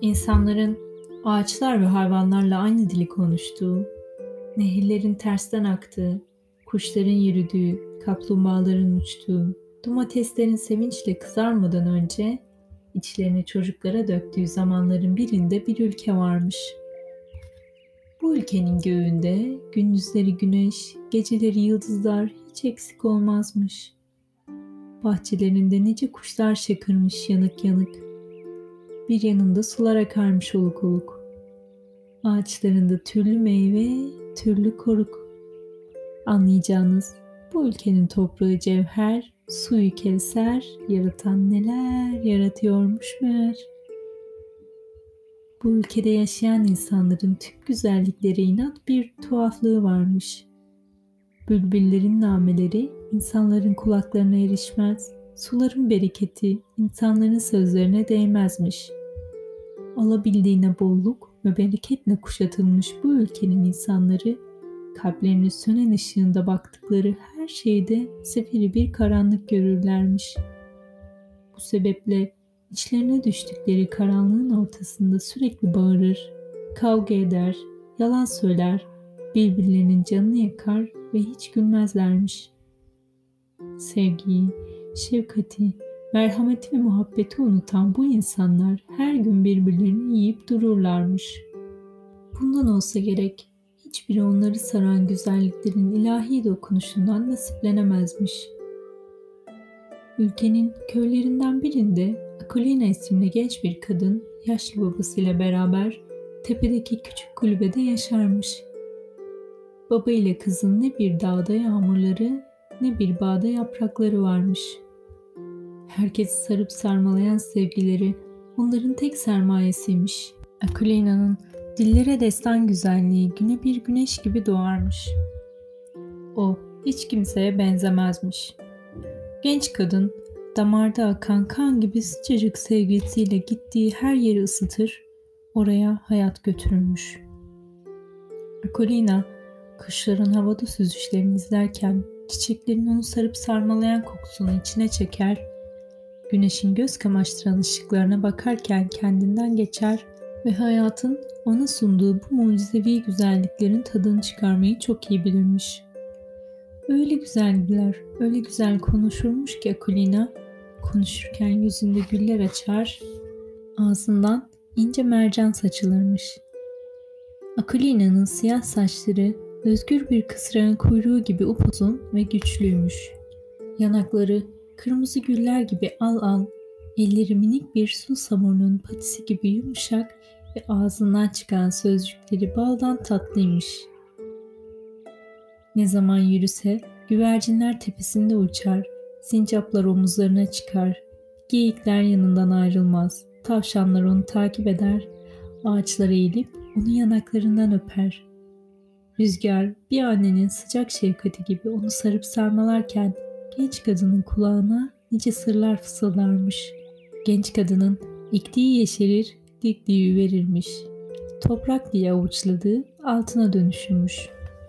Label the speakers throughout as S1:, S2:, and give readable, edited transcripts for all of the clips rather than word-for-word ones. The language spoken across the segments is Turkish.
S1: İnsanların ağaçlar ve hayvanlarla aynı dili konuştuğu, nehirlerin tersten aktığı, kuşların yürüdüğü, kaplumbağaların uçtuğu, domateslerin sevinçle kızarmadan önce içlerini çocuklara döktüğü zamanların birinde bir ülke varmış. Bu ülkenin göğünde gündüzleri güneş, geceleri yıldızlar hiç eksik olmazmış. Bahçelerinde nice kuşlar şakırmış yanık yanık. Bir yanında sular akarmış oluk oluk. Ağaçlarında türlü meyve, türlü koruk. Anlayacağınız bu ülkenin toprağı cevher, suyu kevser, yaratan neler yaratıyormuş meğer. Bu ülkede yaşayan insanların tüm güzelliklere inat bir tuhaflığı varmış. Bülbüllerin nameleri insanların kulaklarına erişmez, suların bereketi insanların sözlerine değmezmiş. Alabildiğine bolluk ve bereketle kuşatılmış bu ülkenin insanları, kalplerinin sönen ışığında baktıkları her şeyde zifiri bir karanlık görürlermiş. Bu sebeple içlerine düştükleri karanlığın ortasında sürekli bağırır, kavga eder, yalan söyler, birbirlerinin canını yakar ve hiç gülmezlermiş. Sevgiyi, şefkati, merhameti ve muhabbeti unutan bu insanlar her gün birbirlerini yiyip dururlarmış. Bundan olsa gerek, hiçbiri onları saran güzelliklerin ilahi dokunuşundan nasiplenemezmiş. Ülkenin köylerinden birinde Akulina isimli genç bir kadın yaşlı babasıyla beraber tepedeki küçük kulübede yaşarmış. Baba ile kızın ne bir dağda yağmurları ne bir bağda yaprakları varmış. Herkesi sarıp sarmalayan sevgileri onların tek sermayesiymiş. Akulina'nın dillere destan güzelliği güne bir güneş gibi doğarmış. O hiç kimseye benzemezmiş. Genç kadın damarda akan kan gibi sıcacık sevgisiyle gittiği her yeri ısıtır, oraya hayat götürürmüş. Akulina kuşların havada süzüşlerini izlerken çiçeklerin onu sarıp sarmalayan kokusunu içine çeker, güneşin göz kamaştıran ışıklarına bakarken kendinden geçer ve hayatın ona sunduğu bu mucizevi güzelliklerin tadını çıkarmayı çok iyi bilirmiş. Öyle güzeldiler, öyle güzel konuşurmuş ki Akulina, konuşurken yüzünde güller açar, ağzından ince mercan saçılırmış. Akulina'nın siyah saçları özgür bir kısrağın kuyruğu gibi upuzun ve güçlüymüş. Yanakları kırmızı güller gibi al al, elleri minik bir susamurunun patisi gibi yumuşak ve ağzından çıkan sözcükleri baldan tatlıymış. Ne zaman yürüse güvercinler tepesinde uçar, sincaplar omuzlarına çıkar, geyikler yanından ayrılmaz, tavşanlar onu takip eder, ağaçlara eğilip onu yanaklarından öper. Rüzgar bir annenin sıcak şefkati gibi onu sarıp sarmalarken genç kadının kulağına nice sırlar fısıldarmış. Genç kadının ektiği yeşerir, diktiği verirmiş. Toprak diye avuçladığı altına dönüşürmüş.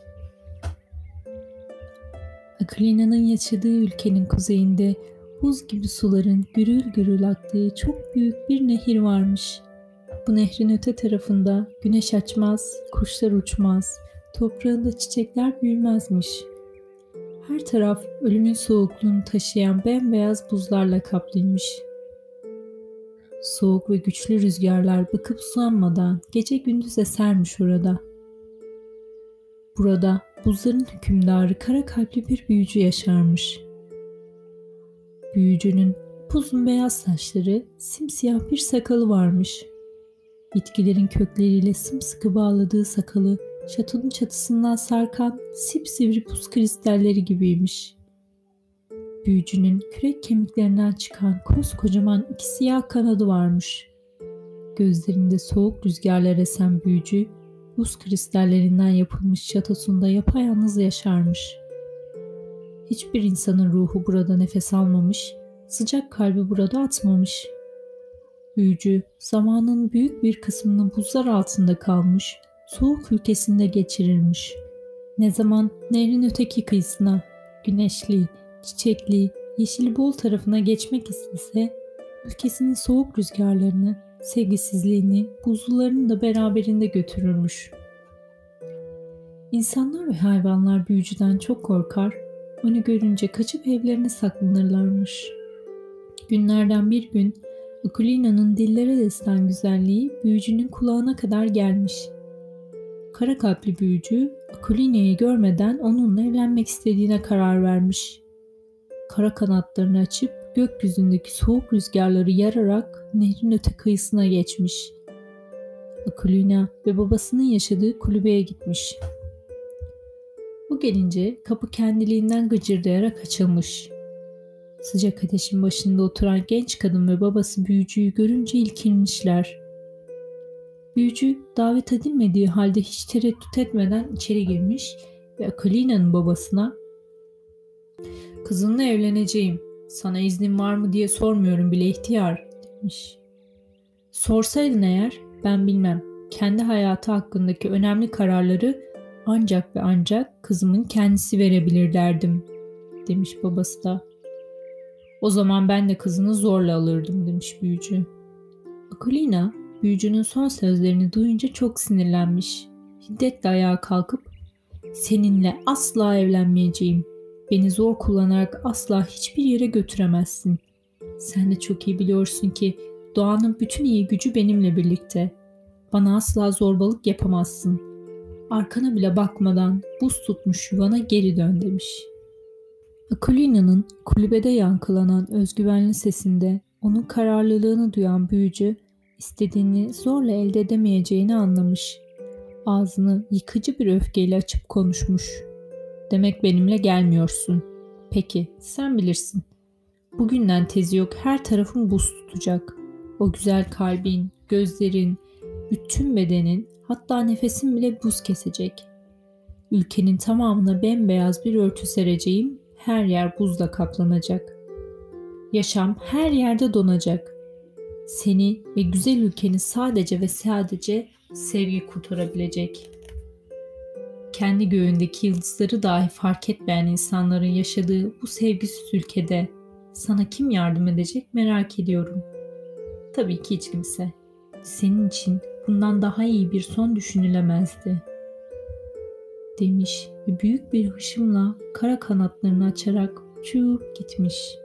S1: Akulina'nın yaşadığı ülkenin kuzeyinde buz gibi suların gürül gürül aktığı çok büyük bir nehir varmış. Bu nehrin öte tarafında güneş açmaz, kuşlar uçmaz, toprağında çiçekler büyümezmiş. Her taraf ölümün soğukluğunu taşıyan bembeyaz buzlarla kaplıymış. Soğuk ve güçlü rüzgarlar bıkıp sulanmadan gece gündüz esermiş orada. Burada buzların hükümdarı kara kalpli bir büyücü yaşarmış. Büyücünün uzun beyaz saçları, simsiyah bir sakalı varmış. Bitkilerin kökleriyle sımsıkı bağladığı sakalı şatonun çatısından sarkan sipsivri buz kristalleri gibiymiş. Büyücünün kürek kemiklerinden çıkan koskocaman iki siyah kanadı varmış. Gözlerinde soğuk rüzgarlar esen büyücü, buz kristallerinden yapılmış şatosunda yapayalnız yaşarmış. Hiçbir insanın ruhu burada nefes almamış, sıcak kalbi burada atmamış. Büyücü zamanın büyük bir kısmını buzlar altında kalmış, soğuk ülkesinde geçirirmiş. Ne zaman nehrin öteki kıyısına, güneşli, çiçekli, yeşili bol tarafına geçmek istese, ülkesinin soğuk rüzgarlarını, sevgisizliğini, buzullarını da beraberinde götürürmüş. İnsanlar ve hayvanlar büyücüden çok korkar, onu görünce kaçıp evlerine saklanırlarmış. Günlerden bir gün Akulina'nın dillere destan güzelliği büyücünün kulağına kadar gelmiş. Kara kalpli büyücü Akulina'yı görmeden onunla evlenmek istediğine karar vermiş. Kara kanatlarını açıp gökyüzündeki soğuk rüzgarları yararak nehrin öte kıyısına geçmiş. Akulina ve babasının yaşadığı kulübeye gitmiş. Bu gelince kapı kendiliğinden gıcırdayarak açılmış. Sıcak ateşin başında oturan genç kadın ve babası büyücüyü görünce ilkilmişler. Büyücü davet edilmediği halde hiç tereddüt etmeden içeri girmiş ve Akulina'nın babasına "Kızınla evleneceğim. Sana iznin var mı diye sormuyorum bile ihtiyar," demiş. "Sorsaydın eğer ben bilmem. Kendi hayatı hakkındaki önemli kararları ancak ve ancak kızımın kendisi verebilir derdim," demiş babası da. "O zaman ben de kızını zorla alırdım," demiş büyücü. Akulina büyücünün son sözlerini duyunca çok sinirlenmiş. Şiddetle ayağa kalkıp "Seninle asla evlenmeyeceğim. Beni zor kullanarak asla hiçbir yere götüremezsin. Sen de çok iyi biliyorsun ki doğanın bütün iyi gücü benimle birlikte. Bana asla zorbalık yapamazsın. Arkana bile bakmadan buz tutmuş yuvana geri dön," demiş. Akulina'nın kulübede yankılanan özgüvenli sesinde onun kararlılığını duyan büyücü istediğini zorla elde edemeyeceğini anlamış. Ağzını yıkıcı bir öfkeyle açıp konuşmuş. "Demek benimle gelmiyorsun. Peki, sen bilirsin. Bugünden tezi yok her tarafın buz tutacak. O güzel kalbin, gözlerin, bütün bedenin, hatta nefesin bile buz kesecek. Ülkenin tamamına bembeyaz bir örtü sereceğim, her yer buzla kaplanacak. Yaşam her yerde donacak. Seni ve güzel ülkeni sadece ve sadece sevgi kurtarabilecek. Kendi göğündeki yıldızları dahi fark etmeyen insanların yaşadığı bu sevgisiz ülkede sana kim yardım edecek merak ediyorum. Tabii ki hiç kimse. Senin için bundan daha iyi bir son düşünülemezdi," demiş ve büyük bir hışımla kara kanatlarını açarak uçup gitmiş.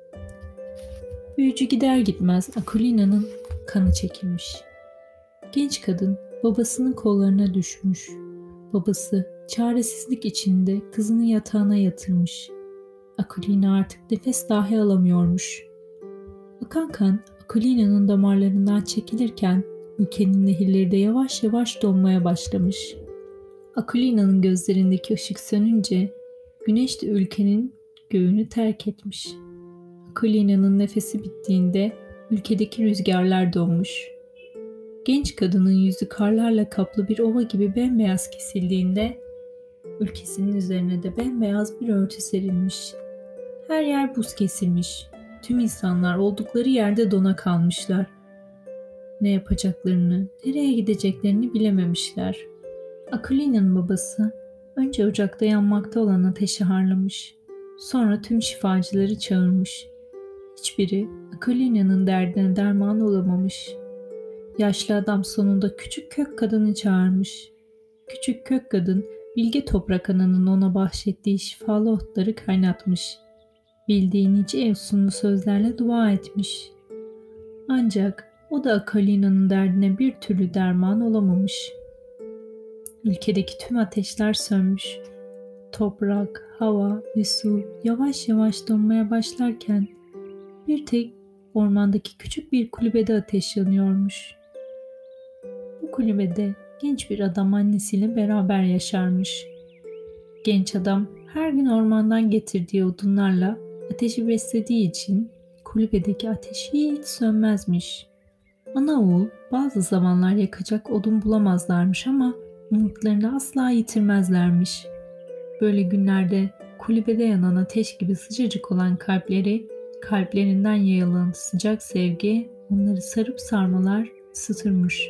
S1: Büyücü gider gitmez Akulina'nın kanı çekilmiş. Genç kadın babasının kollarına düşmüş. Babası çaresizlik içinde kızını yatağına yatırmış. Akulina artık nefes dahi alamıyormuş. Akan kan Akulina'nın damarlarından çekilirken ülkenin nehirleri de yavaş yavaş donmaya başlamış. Akulina'nın gözlerindeki ışık sönünce güneş de ülkenin göğünü terk etmiş. Akulina'nın nefesi bittiğinde ülkedeki rüzgarlar donmuş. Genç kadının yüzü karlarla kaplı bir ova gibi bembeyaz kesildiğinde ülkesinin üzerine de bembeyaz bir örtü serilmiş. Her yer buz kesilmiş. Tüm insanlar oldukları yerde dona kalmışlar. Ne yapacaklarını, nereye gideceklerini bilememişler. Akulina'nın babası önce ocakta yanmakta olan ateşi harlamış. Sonra tüm şifacıları çağırmış. Hiçbiri Akulina'nın derdine derman olamamış. Yaşlı adam sonunda küçük kök kadını çağırmış. Küçük kök kadın bilge toprak ananın ona bahşettiği şifalı otları kaynatmış. Bildiği nice efsunlu sözlerle dua etmiş. Ancak o da Akulina'nın derdine bir türlü derman olamamış. Ülkedeki tüm ateşler sönmüş. Toprak, hava ve su yavaş yavaş donmaya başlarken bir tek ormandaki küçük bir kulübede ateş yanıyormuş. Bu kulübede genç bir adam annesiyle beraber yaşarmış. Genç adam her gün ormandan getirdiği odunlarla ateşi beslediği için kulübedeki ateş hiç sönmezmiş. Ana oğul bazı zamanlar yakacak odun bulamazlarmış ama umutlarını asla yitirmezlermiş. Böyle günlerde kulübede yanan ateş gibi sıcacık olan kalplerinden yayılan sıcak sevgi onları sarıp sarmalar, ısıtırmış.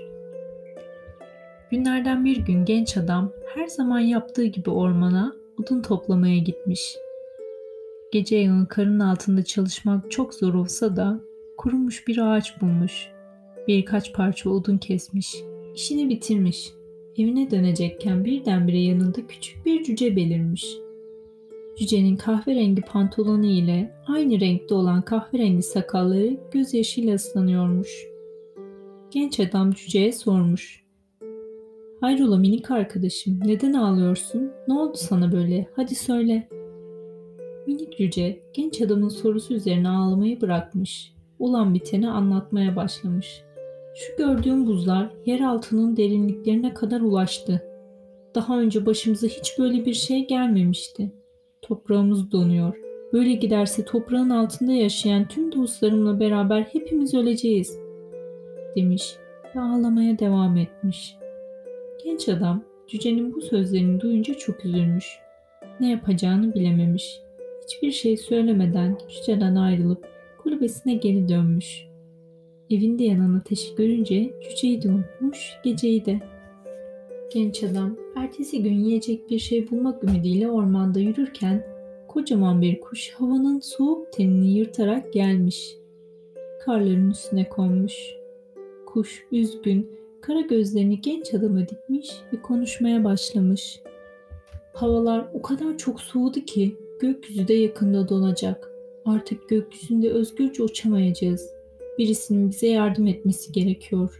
S1: Günlerden bir gün genç adam her zaman yaptığı gibi ormana odun toplamaya gitmiş. Gece yarı karın altında çalışmak çok zor olsa da kurumuş bir ağaç bulmuş. Birkaç parça odun kesmiş. İşini bitirmiş. Evine dönecekken birdenbire yanında küçük bir cüce belirmiş. Cücenin kahverengi pantolonu ile aynı renkte olan kahverengi sakalları gözyaşıyla ıslanıyormuş. Genç adam cüceye sormuş. Hayrola minik arkadaşım, neden ağlıyorsun? Ne oldu sana böyle? Hadi söyle. Minik cüce genç adamın sorusu üzerine ağlamayı bırakmış. Olan biteni anlatmaya başlamış. Şu gördüğüm buzlar yer altının derinliklerine kadar ulaştı. Daha önce başımıza hiç böyle bir şey gelmemişti. Toprağımız donuyor. Böyle giderse toprağın altında yaşayan tüm dostlarımla beraber hepimiz öleceğiz, demiş ve ağlamaya devam etmiş. Genç adam cücenin bu sözlerini duyunca çok üzülmüş. Ne yapacağını bilememiş. Hiçbir şey söylemeden cüceden ayrılıp kulübesine geri dönmüş. Evinde yanan ateşi görünce cüceyi de unutmuş, geceyi de. Genç adam ertesi gün yiyecek bir şey bulmak ümidiyle ormanda yürürken kocaman bir kuş havanın soğuk tenini yırtarak gelmiş. Karların üstüne konmuş. Kuş üzgün, kara gözlerini genç adama dikmiş ve konuşmaya başlamış. Havalar o kadar çok soğudu ki gökyüzü de yakında donacak. Artık gökyüzünde özgürce uçamayacağız. Birisinin bize yardım etmesi gerekiyor.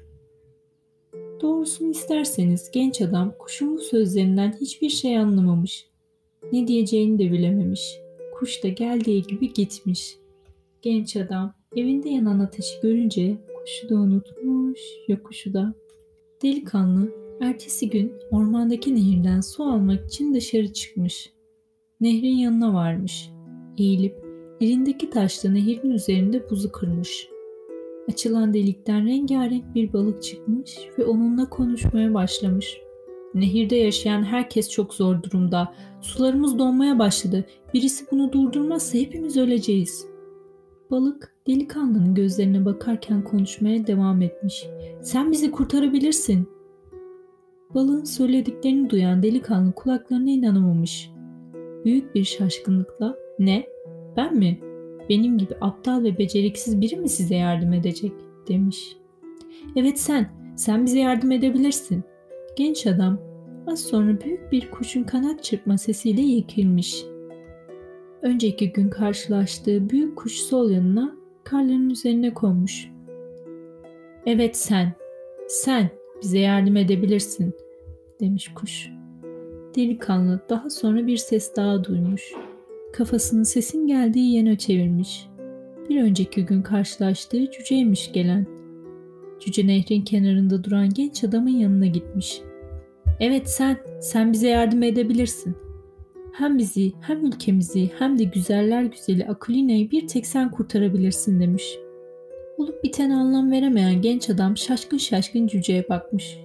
S1: Doğrusunu isterseniz genç adam kuşun bu sözlerinden hiçbir şey anlamamış. Ne diyeceğini de bilememiş. Kuş da geldiği gibi gitmiş. Genç adam evinde yanan ateşi görünce kuşu da unutmuş, yokuşu da. Delikanlı ertesi gün ormandaki nehirden su almak için dışarı çıkmış. Nehrin yanına varmış. Eğilip elindeki taşla nehirin üzerinde buzu kırmış. Açılan delikten rengarenk bir balık çıkmış ve onunla konuşmaya başlamış. Nehirde yaşayan herkes çok zor durumda. Sularımız donmaya başladı. Birisi bunu durdurmazsa hepimiz öleceğiz. Balık delikanlının gözlerine bakarken konuşmaya devam etmiş. Sen bizi kurtarabilirsin. Balığın söylediklerini duyan delikanlı kulaklarına inanamamış. Büyük bir şaşkınlıkla "Ne? Ben mi? Benim gibi aptal ve beceriksiz biri mi size yardım edecek?" demiş. "Evet sen. Sen bize yardım edebilirsin." Genç adam az sonra büyük bir kuşun kanat çırpma sesiyle irkilmiş. Önceki gün karşılaştığı büyük kuş sol yanına karların üzerine konmuş. "Evet sen bize yardım edebilirsin," demiş kuş. Delikanlı daha sonra bir ses daha duymuş. Kafasını sesin geldiği yöne çevirmiş. Bir önceki gün karşılaştığı cüceymiş gelen. Cüce nehrin kenarında duran genç adamın yanına gitmiş. "Evet sen bize yardım edebilirsin. Hem bizi hem ülkemizi hem de güzeller güzeli Akulina'yı bir tek sen kurtarabilirsin," demiş. Olup bitene anlam veremeyen genç adam şaşkın şaşkın cüceye bakmış.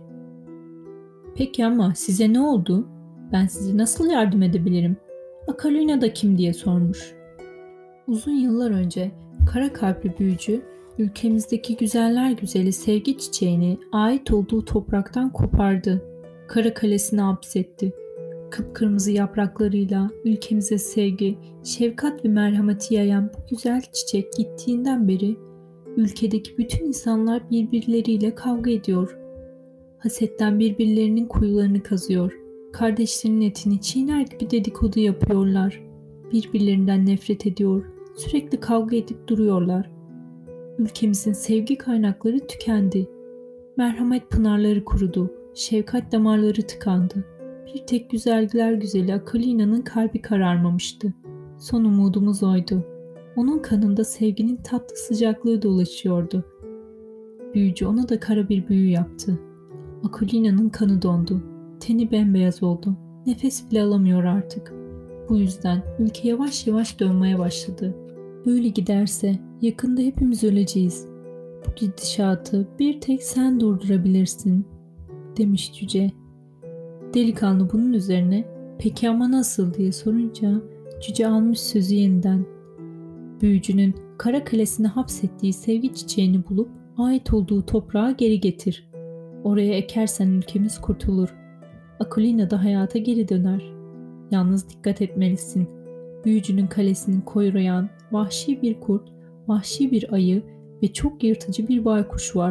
S1: "Peki ama size ne oldu? Ben size nasıl yardım edebilirim? Akalina da kim?" diye sormuş. Uzun yıllar önce kara kalpli büyücü ülkemizdeki güzeller güzeli sevgi çiçeğini ait olduğu topraktan kopardı. Kara kalesine hapsetti. Kıpkırmızı yapraklarıyla ülkemize sevgi, şefkat ve merhameti yayan bu güzel çiçek gittiğinden beri ülkedeki bütün insanlar birbirleriyle kavga ediyor. Hasetten birbirlerinin kuyularını kazıyor. Kardeşlerinin etini çiğner gibi dedikodu yapıyorlar. Birbirlerinden nefret ediyor. Sürekli kavga edip duruyorlar. Ülkemizin sevgi kaynakları tükendi. Merhamet pınarları kurudu. Şefkat damarları tıkandı. Bir tek güzeller güzeli Akalina'nın kalbi kararmamıştı. Son umudumuz oydu. Onun kanında sevginin tatlı sıcaklığı dolaşıyordu. Büyücü ona da kara bir büyü yaptı. Akulina'nın kanı dondu. Teni bembeyaz oldu. Nefes bile alamıyor artık. Bu yüzden ülke yavaş yavaş dönmeye başladı. Böyle giderse yakında hepimiz öleceğiz. Bu gidişatı bir tek sen durdurabilirsin, demiş cüce. Delikanlı bunun üzerine "Peki ama nasıl?" diye sorunca cüce almış sözü yeniden. "Büyücünün kara kalesine hapsettiği sevgi çiçeğini bulup ait olduğu toprağa geri getir. Oraya ekersen ülkemiz kurtulur. Akulina da hayata geri döner. Yalnız dikkat etmelisin. Büyücünün kalesini koruyan vahşi bir kurt, vahşi bir ayı ve çok yırtıcı bir baykuş var.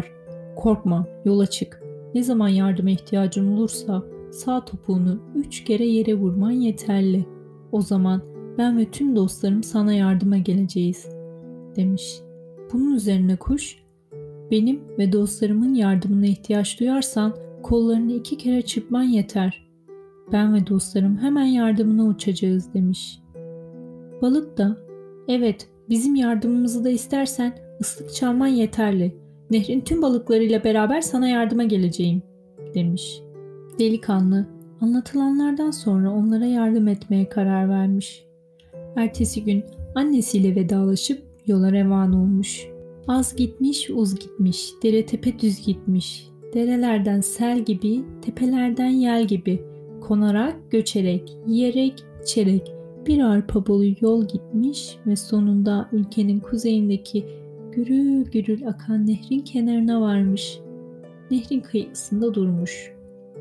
S1: Korkma, yola çık. Ne zaman yardıma ihtiyacın olursa sağ topuğunu 3 kere yere vurman yeterli. O zaman ben ve tüm dostlarım sana yardıma geleceğiz, demiş. Bunun üzerine kuş, benim ve dostlarımın yardımına ihtiyaç duyarsan kollarını 2 kere çırpman yeter. Ben ve dostlarım hemen yardımına uçacağız, demiş. Balık da, evet, bizim yardımımızı da istersen ıslık çalman yeterli. Nehrin tüm balıklarıyla beraber sana yardıma geleceğim, demiş. Delikanlı anlatılanlardan sonra onlara yardım etmeye karar vermiş. Ertesi gün annesiyle vedalaşıp yola revan olmuş. Az gitmiş, uz gitmiş, dere tepe düz gitmiş. Derelerden sel gibi, tepelerden yel gibi, konarak, göçerek, yiyerek, içerek bir arpa boyu yol gitmiş ve sonunda ülkenin kuzeyindeki gürül gürül akan nehrin kenarına varmış. Nehrin kıyısında durmuş.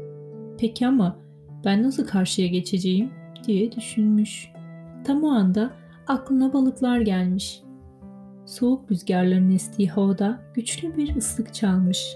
S1: Peki ama ben nasıl karşıya geçeceğim diye düşünmüş. Tam o anda aklına balıklar gelmiş. Soğuk rüzgarların estiği havada güçlü bir ıslık çalmış.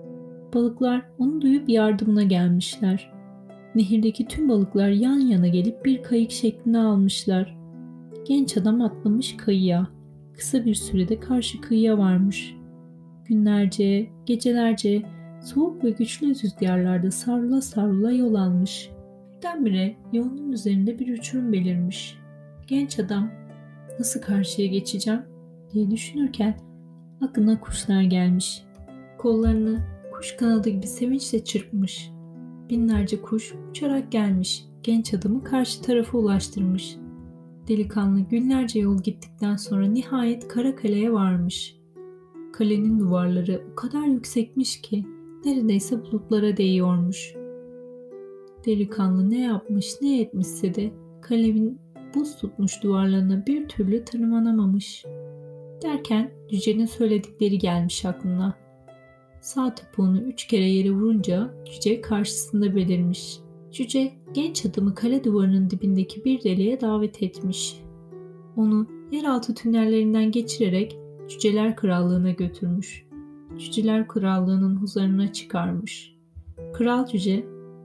S1: Balıklar onu duyup yardımına gelmişler. Nehirdeki tüm balıklar yan yana gelip bir kayık şeklini almışlar. Genç adam atlamış kayığa. Kısa bir sürede karşı kıyıya varmış. Günlerce, gecelerce soğuk ve güçlü rüzgarlarda savrula savrula yol almış. Birdenbire yolun üzerinde bir uçurum belirmiş. Genç adam, nasıl karşıya geçeceğim diye düşünürken aklına kuşlar gelmiş. Kollarını kuş kanadı gibi sevinçle çırpmış. Binlerce kuş uçarak gelmiş, genç adamı karşı tarafa ulaştırmış. Delikanlı günlerce yol gittikten sonra nihayet Karakale'ye varmış. Kalenin duvarları o kadar yüksekmiş ki neredeyse bulutlara değiyormuş. Delikanlı ne yapmış ne etmişse de kalenin buz tutmuş duvarlarına bir türlü tırmanamamış. Derken cücenin söyledikleri gelmiş aklına. Sağ topuğunu 3 kere yere vurunca cüce karşısında belirmiş. Cüce genç adamı kale duvarının dibindeki bir deliğe davet etmiş. Onu yeraltı tünellerinden geçirerek Cüceler Krallığı'na götürmüş. Cüceler Krallığı'nın huzuruna çıkarmış. Kral cüce,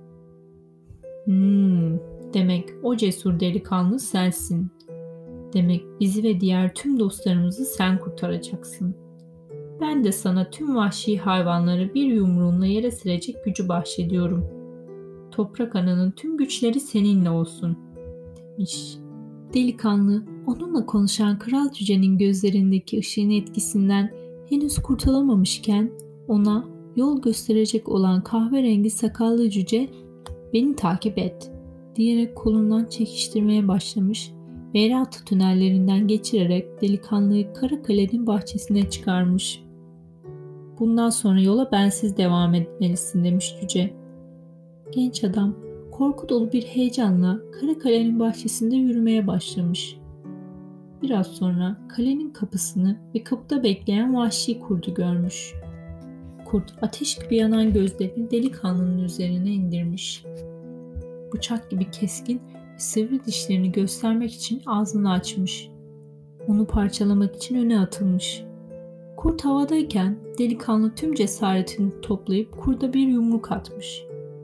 S1: demek o cesur delikanlı sensin. Demek bizi ve diğer tüm dostlarımızı sen kurtaracaksın. Ben de sana tüm vahşi hayvanları bir yumruğunla yere serecek gücü bahşediyorum. Toprak ananın tüm güçleri seninle olsun, demiş. Delikanlı onunla konuşan kral cücenin gözlerindeki ışığın etkisinden henüz kurtulamamışken ona yol gösterecek olan kahverengi sakallı cüce beni takip et diyerek kolundan çekiştirmeye başlamış ve yeraltı tünellerinden geçirerek delikanlıyı Karakale'nin bahçesine çıkarmış. Bundan sonra yola bensiz devam etmelisin, demiş cüce. Genç adam korku dolu bir heyecanla Karakale'nin bahçesinde yürümeye başlamış. Biraz sonra kalenin kapısını ve kapıda bekleyen vahşi kurdu görmüş. Kurt ateş gibi yanan gözlerini delikanlının üzerine indirmiş. Bıçak gibi keskin ve sivri dişlerini göstermek için ağzını açmış. Onu parçalamak için öne atılmış. Kurt havadayken delikanlı tüm cesaretini toplayıp kurda bir yumruk atmış.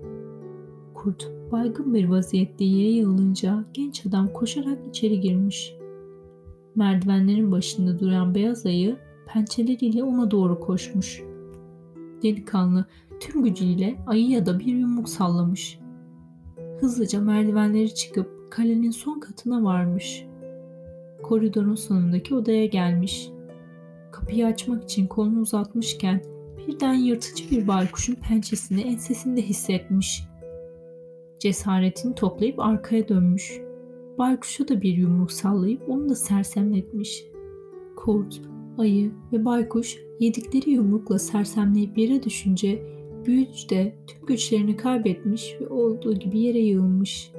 S1: Kurt baygın bir vaziyette yere yığılınca genç adam koşarak içeri girmiş. Merdivenlerin başında duran beyaz ayı pençeleriyle ona doğru koşmuş. Delikanlı tüm gücüyle ayıya da bir yumruk sallamış. Hızlıca merdivenleri çıkıp kalenin son katına varmış. Koridorun sonundaki odaya gelmiş. Kapıyı açmak için kolunu uzatmışken birden yırtıcı bir baykuşun pençesini ensesinde hissetmiş. Cesaretini toplayıp arkaya dönmüş. Baykuşa da bir yumruk sallayıp onu da sersemletmiş. Kurt, ayı ve baykuş yedikleri yumrukla sersemleyip yere düşünce büyücü de tüm güçlerini kaybetmiş ve olduğu gibi yere yığılmış.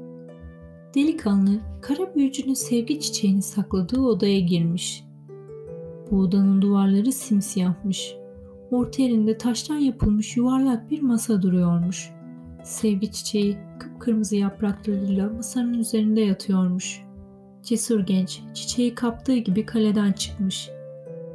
S1: Delikanlı kara büyücünün sevgi çiçeğini sakladığı odaya girmiş. Bu odanın duvarları simsiyahmış. Orta yerinde taştan yapılmış yuvarlak bir masa duruyormuş. Sevgi çiçeği kıpkırmızı yapraklarıyla masanın üzerinde yatıyormuş. Cesur genç çiçeği kaptığı gibi kaleden çıkmış.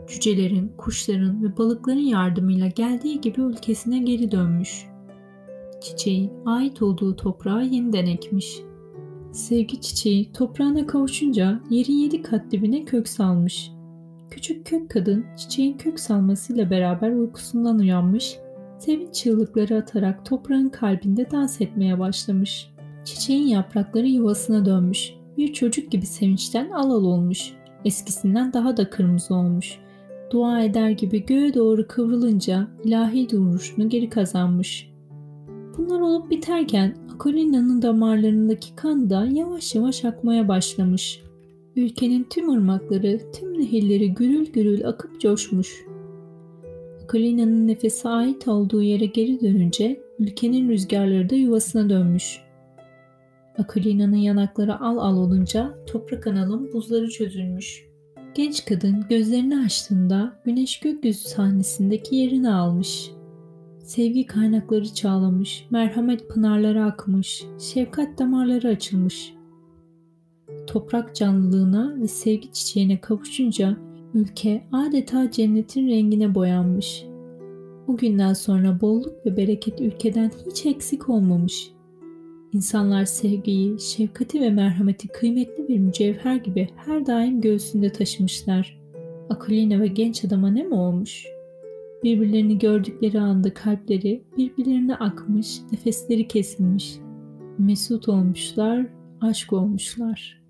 S1: Cücelerin, kuşların ve balıkların yardımıyla geldiği gibi ülkesine geri dönmüş. Çiçeği ait olduğu toprağı yeniden ekmiş. Sevgi çiçeği toprağına kavuşunca yerin 7 kat dibine kök salmış. Küçük kök kadın çiçeğin kök salmasıyla beraber uykusundan uyanmış, sevinç çığlıkları atarak toprağın kalbinde dans etmeye başlamış. Çiçeğin yaprakları yuvasına dönmüş. Bir çocuk gibi sevinçten al al olmuş. Eskisinden daha da kırmızı olmuş. Dua eder gibi göğe doğru kıvrılınca ilahi duruşunu geri kazanmış. Bunlar olup biterken Akulina'nın damarlarındaki kan da yavaş yavaş akmaya başlamış. Ülkenin tüm ırmakları, tüm nehirleri gürül gürül akıp coşmuş. Akulina'nın nefesi ait olduğu yere geri dönünce ülkenin rüzgarları da yuvasına dönmüş. Akulina'nın yanakları al al olunca toprak analın buzları çözülmüş. Genç kadın gözlerini açtığında güneş gökyüzü sahnesindeki yerini almış. Sevgi kaynakları çağlamış, merhamet pınarları akmış, şefkat damarları açılmış. Toprak canlılığına ve sevgi çiçeğine kavuşunca ülke adeta cennetin rengine boyanmış. Bugünden sonra bolluk ve bereket ülkeden hiç eksik olmamış. İnsanlar sevgiyi, şefkati ve merhameti kıymetli bir mücevher gibi her daim göğsünde taşımışlar. Akulina ve genç adama ne mi olmuş? Birbirlerini gördükleri anda kalpleri birbirlerine akmış, nefesleri kesilmiş. Mesut olmuşlar, aşk olmuşlar.